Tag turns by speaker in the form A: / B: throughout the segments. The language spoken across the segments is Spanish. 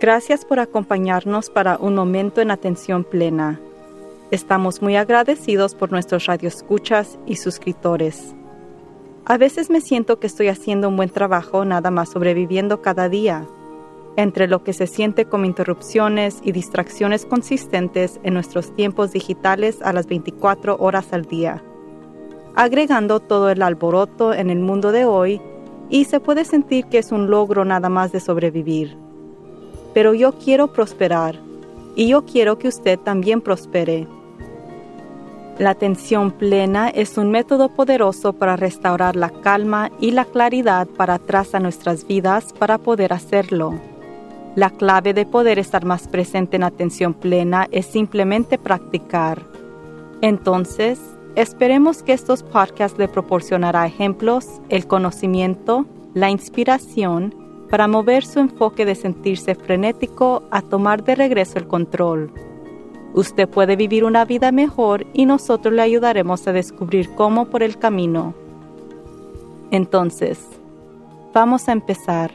A: Gracias por acompañarnos para un momento en atención plena. Estamos muy agradecidos por nuestros radioescuchas y suscriptores. A veces me siento que estoy haciendo un buen trabajo nada más sobreviviendo cada día, entre lo que se siente como interrupciones y distracciones consistentes en nuestros tiempos digitales a las 24 horas al día, agregando todo el alboroto en el mundo de hoy, y se puede sentir que es un logro nada más de sobrevivir. Pero yo quiero prosperar, y yo quiero que usted también prospere. La atención plena es un método poderoso para restaurar la calma y la claridad para atrás a nuestras vidas para poder hacerlo. La clave de poder estar más presente en atención plena es simplemente practicar. Entonces, esperemos que estos podcasts le proporcionarán ejemplos, el conocimiento, la inspiración, para mover su enfoque de sentirse frenético a tomar de regreso el control. Usted puede vivir una vida mejor y nosotros le ayudaremos a descubrir cómo por el camino. Entonces, vamos a empezar.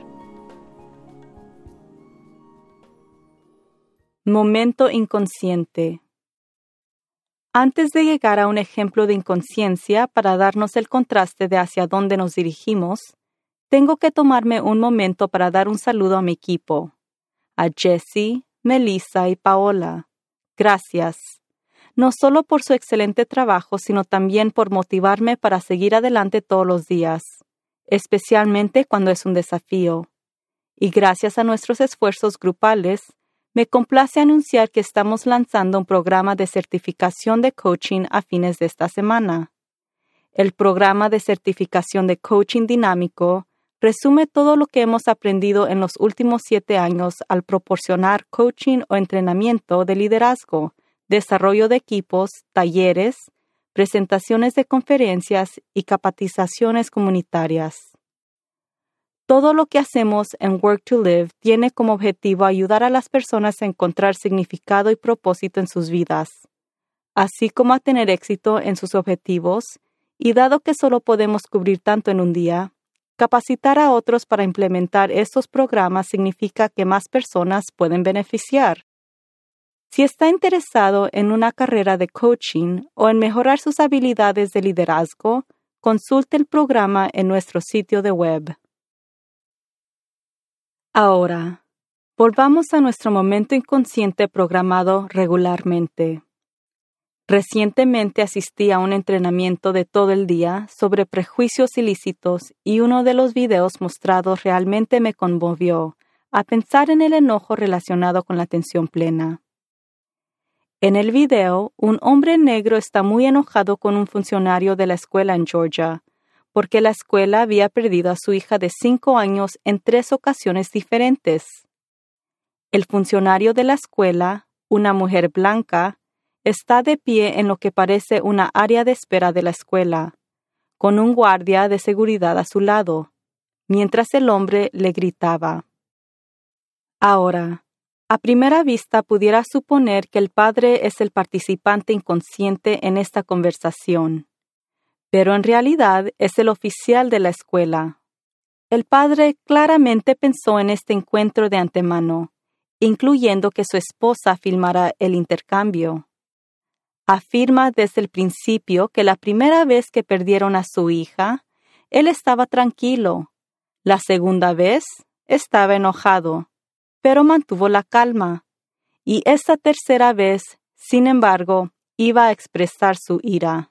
A: Momento inconsciente. Antes de llegar a un ejemplo de inconsciencia para darnos el contraste de hacia dónde nos dirigimos, tengo que tomarme un momento para dar un saludo a mi equipo, a Jessie, Melissa y Paola. Gracias, no solo por su excelente trabajo, sino también por motivarme para seguir adelante todos los días, especialmente cuando es un desafío. Y gracias a nuestros esfuerzos grupales, me complace anunciar que estamos lanzando un programa de certificación de coaching a fines de esta semana. El programa de certificación de coaching dinámico resume todo lo que hemos aprendido en los últimos 7 años al proporcionar coaching o entrenamiento de liderazgo, desarrollo de equipos, talleres, presentaciones de conferencias y capacitaciones comunitarias. Todo lo que hacemos en Work to Live tiene como objetivo ayudar a las personas a encontrar significado y propósito en sus vidas, así como a tener éxito en sus objetivos, y dado que solo podemos cubrir tanto en un día, capacitar a otros para implementar estos programas significa que más personas pueden beneficiar. Si está interesado en una carrera de coaching o en mejorar sus habilidades de liderazgo, consulte el programa en nuestro sitio de web. Ahora, volvamos a nuestro momento inconsciente programado regularmente. Recientemente asistí a un entrenamiento de todo el día sobre prejuicios ilícitos y uno de los videos mostrados realmente me conmovió a pensar en el enojo relacionado con la atención plena. En el video, un hombre negro está muy enojado con un funcionario de la escuela en Georgia, porque la escuela había perdido a su hija de 5 años en 3 ocasiones diferentes. El funcionario de la escuela, una mujer blanca, está de pie en lo que parece una área de espera de la escuela, con un guardia de seguridad a su lado, mientras el hombre le gritaba. Ahora, a primera vista pudiera suponer que el padre es el participante inconsciente en esta conversación, pero en realidad es el oficial de la escuela. El padre claramente pensó en este encuentro de antemano, incluyendo que su esposa filmara el intercambio. Afirma desde el principio que la primera vez que perdieron a su hija, él estaba tranquilo. La segunda vez, estaba enojado, pero mantuvo la calma. Y esta tercera vez, sin embargo, iba a expresar su ira.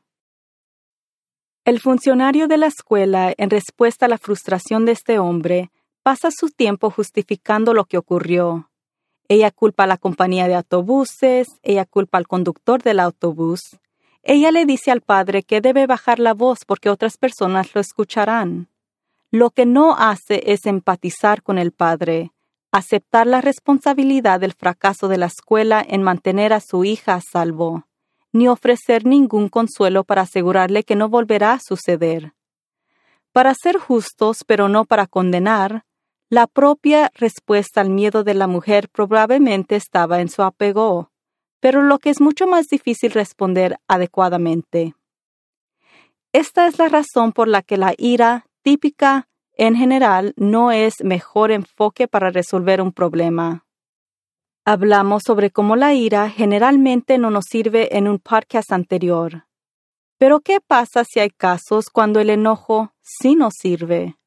A: El funcionario de la escuela, en respuesta a la frustración de este hombre, pasa su tiempo justificando lo que ocurrió. Ella culpa a la compañía de autobuses, ella culpa al conductor del autobús. Ella le dice al padre que debe bajar la voz porque otras personas lo escucharán. Lo que no hace es empatizar con el padre, aceptar la responsabilidad del fracaso de la escuela en mantener a su hija a salvo, ni ofrecer ningún consuelo para asegurarle que no volverá a suceder. Para ser justos, pero no para condenar, la propia respuesta al miedo de la mujer probablemente estaba en su apego, pero lo que es mucho más difícil responder adecuadamente. Esta es la razón por la que la ira típica en general no es mejor enfoque para resolver un problema. Hablamos sobre cómo la ira generalmente no nos sirve en un podcast anterior. Pero ¿qué pasa si hay casos cuando el enojo sí nos sirve?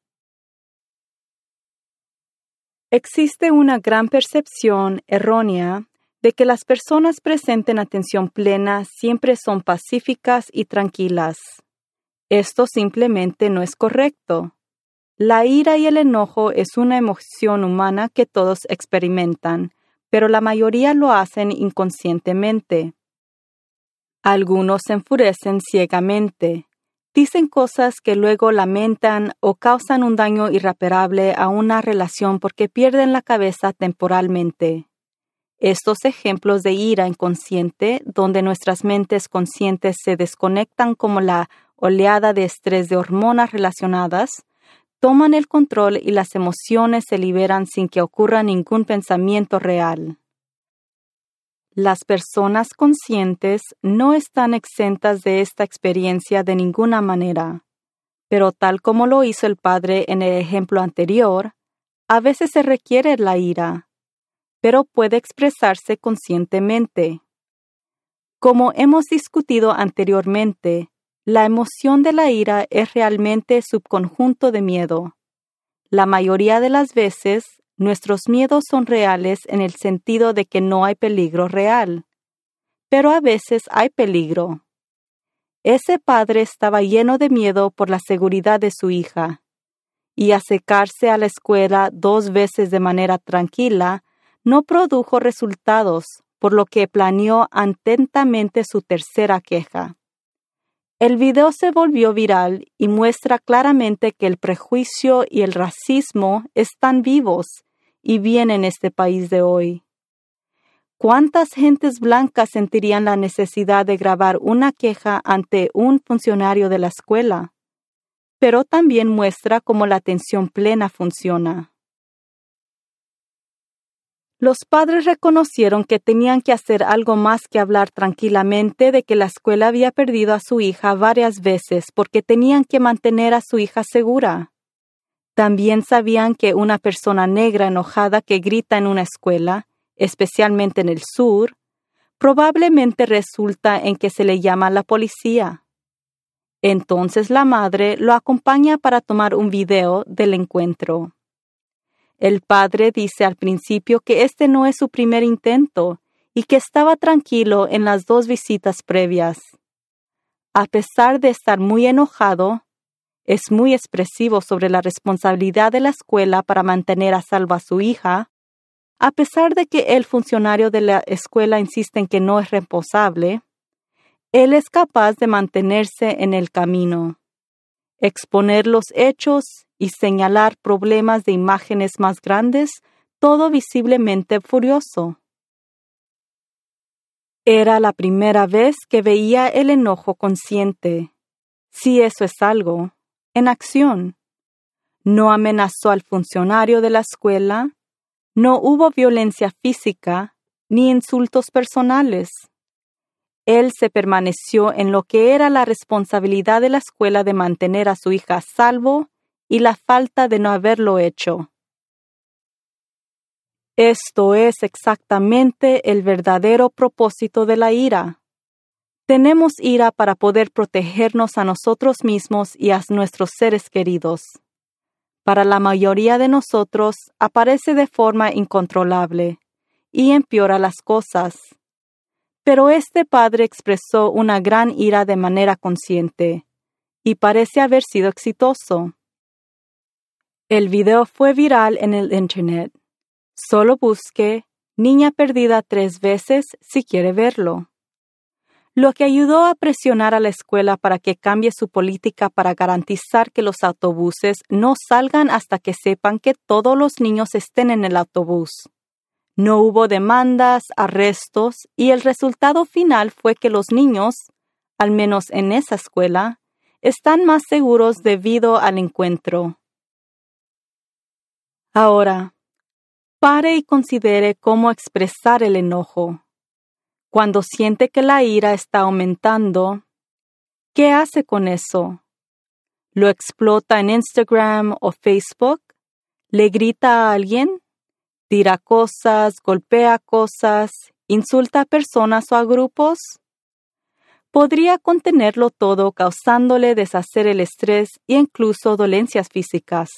A: Existe una gran percepción errónea de que las personas presentes en atención plena siempre son pacíficas y tranquilas. Esto simplemente no es correcto. La ira y el enojo es una emoción humana que todos experimentan, pero la mayoría lo hacen inconscientemente. Algunos se enfurecen ciegamente, dicen cosas que luego lamentan o causan un daño irreparable a una relación porque pierden la cabeza temporalmente. Estos ejemplos de ira inconsciente, donde nuestras mentes conscientes se desconectan como la oleada de estrés de hormonas relacionadas, toman el control y las emociones se liberan sin que ocurra ningún pensamiento real. Las personas conscientes no están exentas de esta experiencia de ninguna manera, pero tal como lo hizo el padre en el ejemplo anterior, a veces se requiere la ira, pero puede expresarse conscientemente. Como hemos discutido anteriormente, la emoción de la ira es realmente subconjunto de miedo. La mayoría de las veces, nuestros miedos son reales en el sentido de que no hay peligro real. Pero a veces hay peligro. Ese padre estaba lleno de miedo por la seguridad de su hija, y acercarse a la escuela 2 veces de manera tranquila no produjo resultados, por lo que planeó atentamente su tercera queja. El video se volvió viral y muestra claramente que el prejuicio y el racismo están vivos y bien en este país de hoy. ¿Cuántas gentes blancas sentirían la necesidad de grabar una queja ante un funcionario de la escuela? Pero también muestra cómo la atención plena funciona. Los padres reconocieron que tenían que hacer algo más que hablar tranquilamente de que la escuela había perdido a su hija varias veces porque tenían que mantener a su hija segura. También sabían que una persona negra enojada que grita en una escuela, especialmente en el sur, probablemente resulta en que se le llama a la policía. Entonces la madre lo acompaña para tomar un video del encuentro. El padre dice al principio que este no es su primer intento y que estaba tranquilo en las 2 visitas previas. A pesar de estar muy enojado, es muy expresivo sobre la responsabilidad de la escuela para mantener a salvo a su hija. A pesar de que el funcionario de la escuela insiste en que no es responsable, él es capaz de mantenerse en el camino, exponer los hechos y señalar problemas de imágenes más grandes, todo visiblemente furioso. Era la primera vez que veía el enojo consciente, si eso es algo, en acción. No amenazó al funcionario de la escuela, no hubo violencia física ni insultos personales. Él se permaneció en lo que era la responsabilidad de la escuela de mantener a su hija a salvo y la falta de no haberlo hecho. Esto es exactamente el verdadero propósito de la ira. Tenemos ira para poder protegernos a nosotros mismos y a nuestros seres queridos. Para la mayoría de nosotros aparece de forma incontrolable y empeora las cosas. Pero este padre expresó una gran ira de manera consciente y parece haber sido exitoso. El video fue viral en el Internet. Solo busque Niña perdida 3 veces si quiere verlo. Lo que ayudó a presionar a la escuela para que cambie su política para garantizar que los autobuses no salgan hasta que sepan que todos los niños estén en el autobús. No hubo demandas, arrestos, y el resultado final fue que los niños, al menos en esa escuela, están más seguros debido al encuentro. Ahora, pare y considere cómo expresar el enojo. Cuando siente que la ira está aumentando, ¿qué hace con eso? ¿Lo explota en Instagram o Facebook? ¿Le grita a alguien? ¿Tira cosas, golpea cosas, insulta a personas o a grupos? Podría contenerlo todo, causándole deshacer el estrés e incluso dolencias físicas.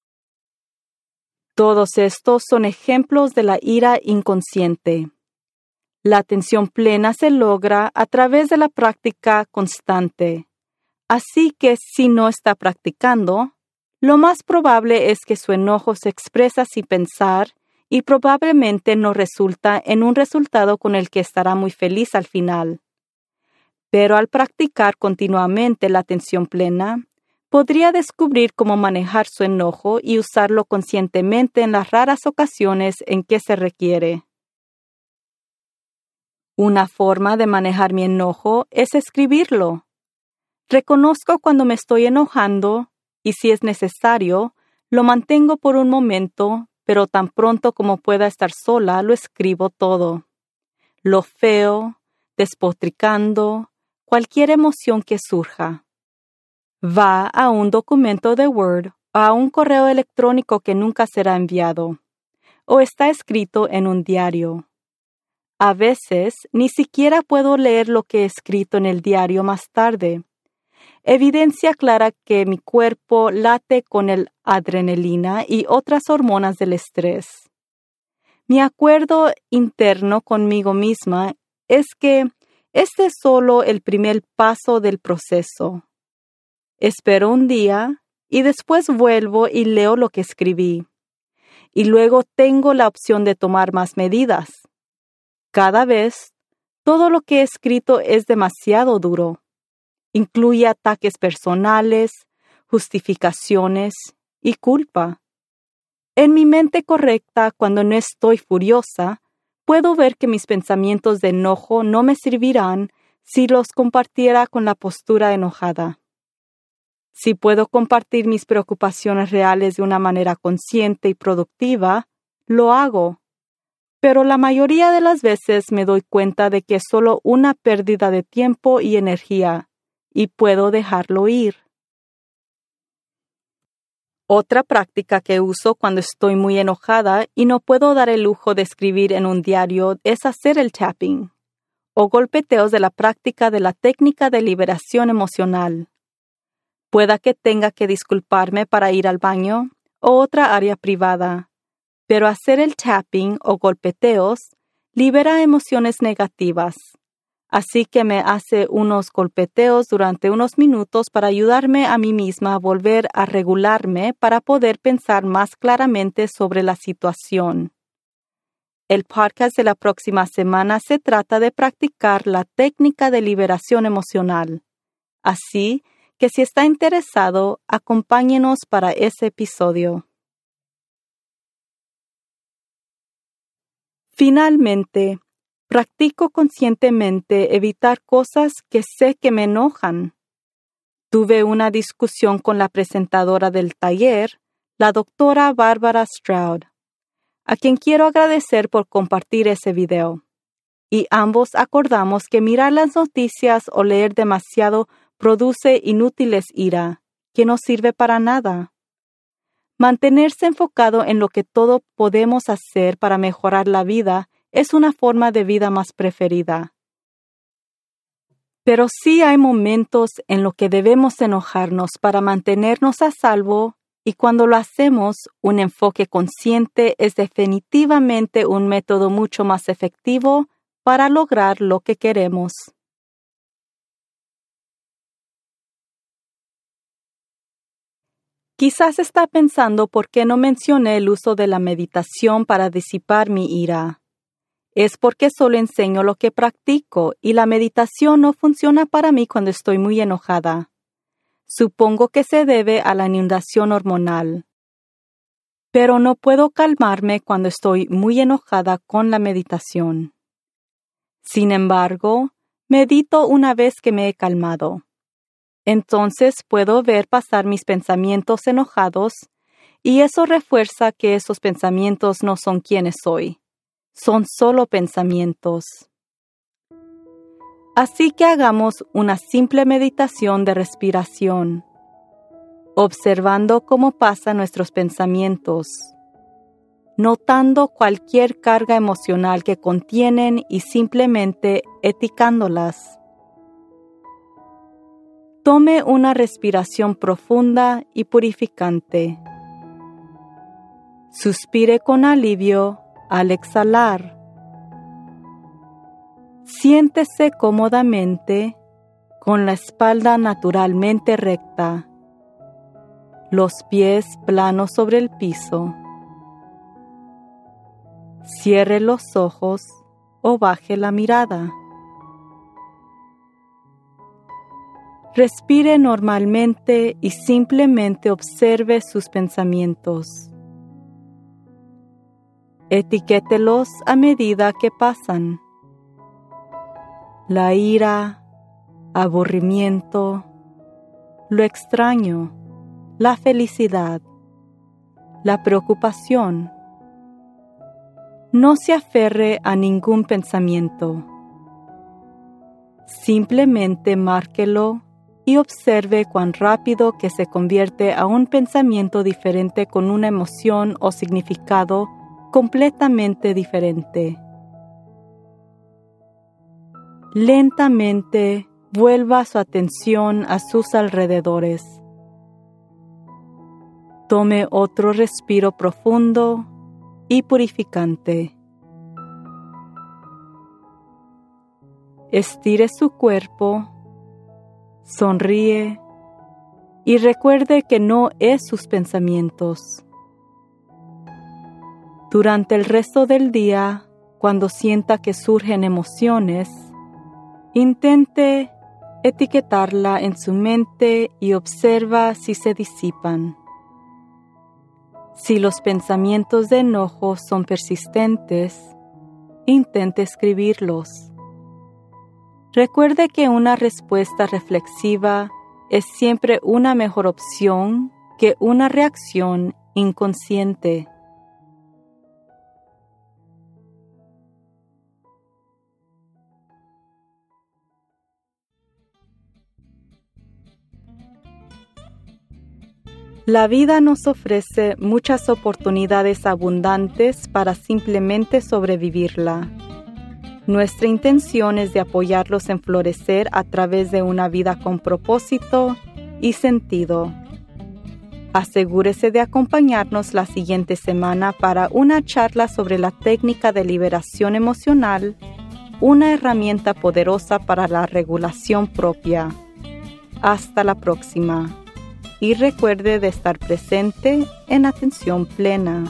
A: Todos estos son ejemplos de la ira inconsciente. La atención plena se logra a través de la práctica constante. Así que si no está practicando, lo más probable es que su enojo se expresa sin pensar y probablemente no resulta en un resultado con el que estará muy feliz al final. Pero al practicar continuamente la atención plena, podría descubrir cómo manejar su enojo y usarlo conscientemente en las raras ocasiones en que se requiere. Una forma de manejar mi enojo es escribirlo. Reconozco cuando me estoy enojando y, si es necesario, lo mantengo por un momento, pero tan pronto como pueda estar sola, lo escribo todo. Lo feo, despotricando, cualquier emoción que surja. Va a un documento de Word o a un correo electrónico que nunca será enviado, o está escrito en un diario. A veces ni siquiera puedo leer lo que he escrito en el diario más tarde. Evidencia clara que mi cuerpo late con el adrenalina y otras hormonas del estrés. Mi acuerdo interno conmigo misma es que este es solo el primer paso del proceso. Espero un día y después vuelvo y leo lo que escribí. Y luego tengo la opción de tomar más medidas. Cada vez, todo lo que he escrito es demasiado duro. Incluye ataques personales, justificaciones y culpa. En mi mente correcta, cuando no estoy furiosa, puedo ver que mis pensamientos de enojo no me servirán si los compartiera con la postura enojada. Si puedo compartir mis preocupaciones reales de una manera consciente y productiva, lo hago. Pero la mayoría de las veces me doy cuenta de que es solo una pérdida de tiempo y energía, y puedo dejarlo ir. Otra práctica que uso cuando estoy muy enojada y no puedo dar el lujo de escribir en un diario es hacer el tapping, o golpeteos de la práctica de la técnica de liberación emocional. Pueda que tenga que disculparme para ir al baño o otra área privada, pero hacer el tapping o golpeteos libera emociones negativas. Así que me hace unos golpeteos durante unos minutos para ayudarme a mí misma a volver a regularme para poder pensar más claramente sobre la situación. El podcast de la próxima semana se trata de practicar la técnica de liberación emocional. Así que si está interesado, acompáñenos para ese episodio. Finalmente, practico conscientemente evitar cosas que sé que me enojan. Tuve una discusión con la presentadora del taller, la doctora Barbara Stroud, a quien quiero agradecer por compartir ese video. Y ambos acordamos que mirar las noticias o leer demasiado produce inútiles ira, que no sirve para nada. Mantenerse enfocado en lo que todos podemos hacer para mejorar la vida es una forma de vida más preferida. Pero sí hay momentos en los que debemos enojarnos para mantenernos a salvo, y cuando lo hacemos, un enfoque consciente es definitivamente un método mucho más efectivo para lograr lo que queremos. Quizás está pensando por qué no mencioné el uso de la meditación para disipar mi ira. Es porque solo enseño lo que practico y la meditación no funciona para mí cuando estoy muy enojada. Supongo que se debe a la inundación hormonal. Pero no puedo calmarme cuando estoy muy enojada con la meditación. Sin embargo, medito una vez que me he calmado. Entonces puedo ver pasar mis pensamientos enojados y eso refuerza que esos pensamientos no son quienes soy. Son solo pensamientos. Así que hagamos una simple meditación de respiración, observando cómo pasan nuestros pensamientos. notando cualquier carga emocional que contienen y simplemente etiquetándolas. Tome una respiración profunda y purificante. Suspire con alivio al exhalar. Siéntese cómodamente con la espalda naturalmente recta, los pies planos sobre el piso. Cierre los ojos o baje la mirada. Respire normalmente y simplemente observe sus pensamientos. Etiquételos a medida que pasan. La ira, aburrimiento, lo extraño, la felicidad, la preocupación. No se aferre a ningún pensamiento. Simplemente márquelo y observe cuán rápido que se convierte a un pensamiento diferente con una emoción o significado completamente diferente. Lentamente vuelva su atención a sus alrededores. Tome otro respiro profundo y purificante. Estire su cuerpo, sonríe y recuerde que no es sus pensamientos. Durante el resto del día, cuando sienta que surgen emociones, intente etiquetarla en su mente y observa si se disipan. Si los pensamientos de enojo son persistentes, intente escribirlos. Recuerde que una respuesta reflexiva es siempre una mejor opción que una reacción inconsciente. La vida nos ofrece muchas oportunidades abundantes para simplemente sobrevivirla. Nuestra intención es de apoyarlos en florecer a través de una vida con propósito y sentido. Asegúrese de acompañarnos la siguiente semana para una charla sobre la técnica de liberación emocional, una herramienta poderosa para la regulación propia. Hasta la próxima. Y recuerde de estar presente en atención plena.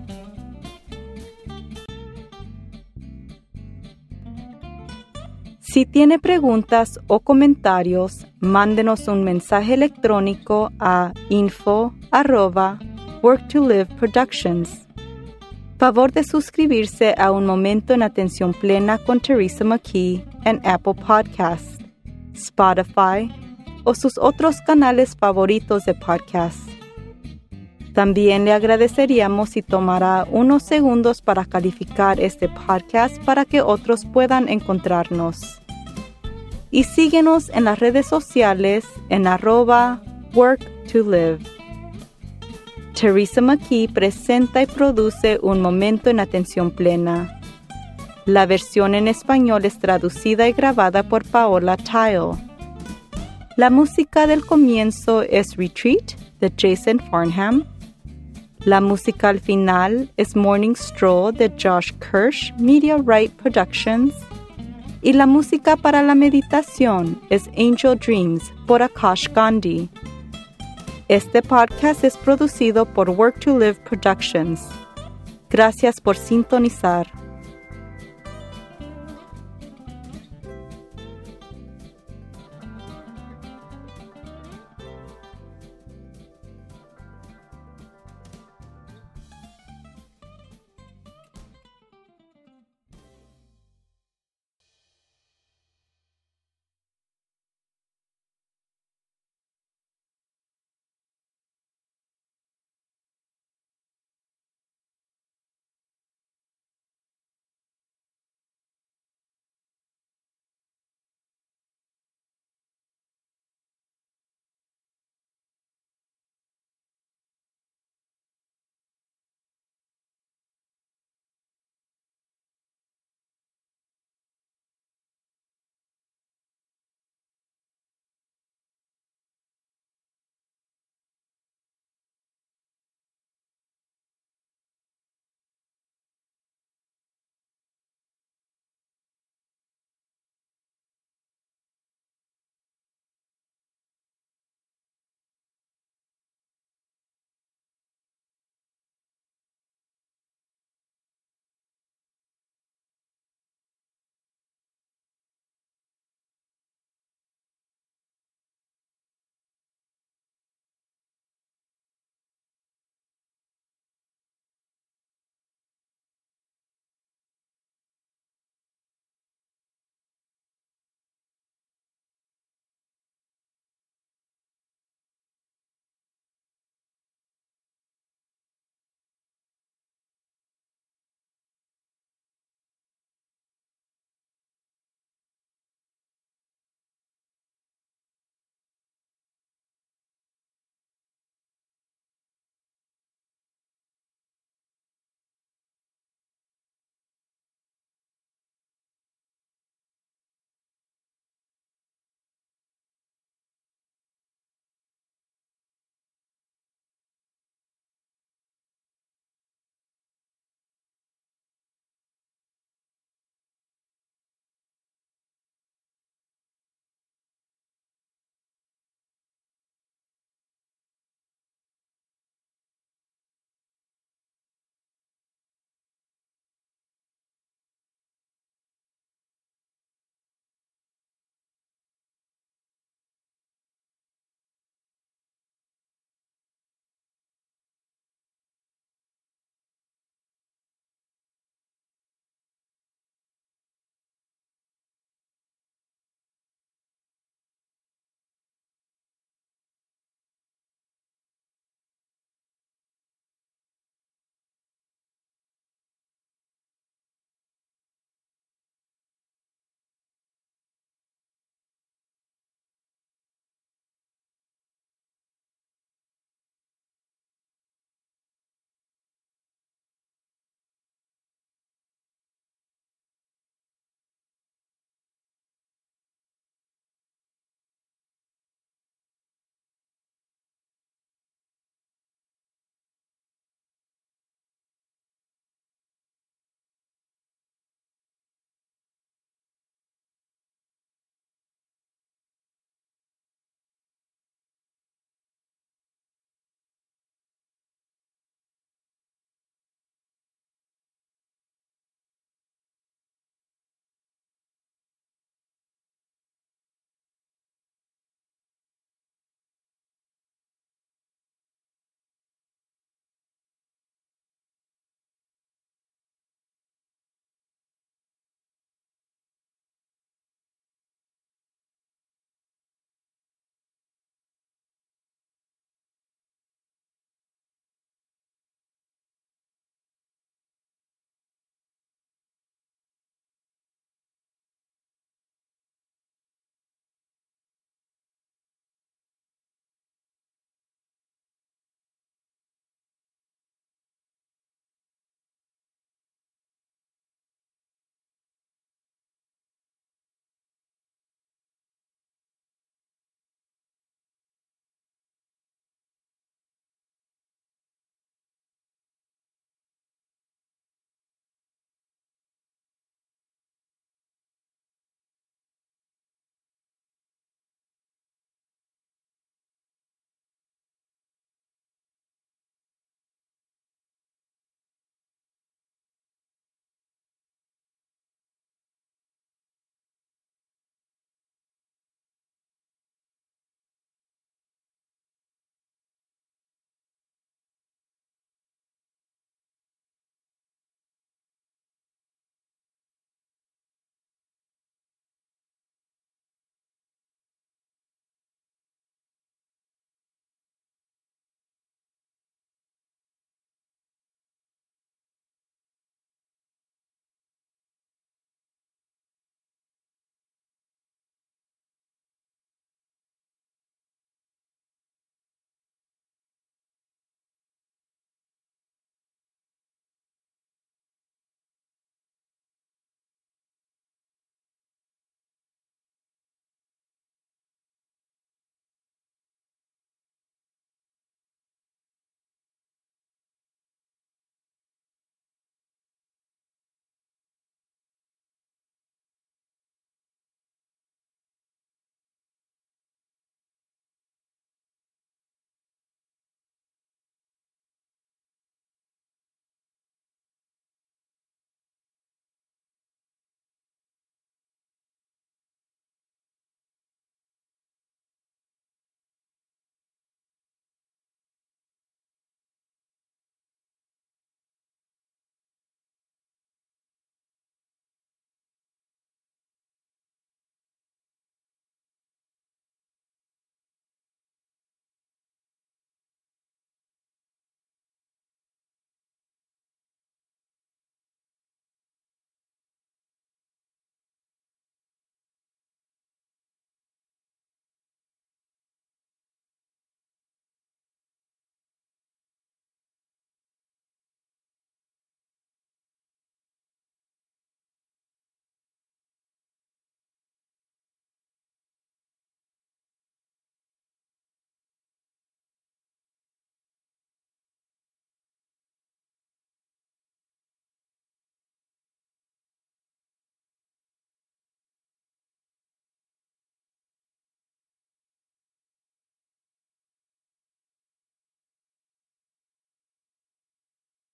A: Si tiene preguntas o comentarios, mándenos un mensaje electrónico a info@work2live productions. Favor de suscribirse a Un Momento en Atención Plena con Teresa McKee en Apple Podcasts, Spotify o sus otros canales favoritos de podcast. También le agradeceríamos si tomara unos segundos para calificar este podcast para que otros puedan encontrarnos. Y síguenos en las redes sociales en @work2live. Teresa McKee presenta y produce Un Momento en Atención Plena. La versión en español es traducida y grabada por Paola Tile. La música del comienzo es Retreat de Jason Farnham. La música al final es Morning Stroll de Josh Kirsch, Media Right Productions. Y la música para la meditación es Angel Dreams por Akash Gandhi. Este podcast es producido por Work2Live Productions. Gracias por sintonizar.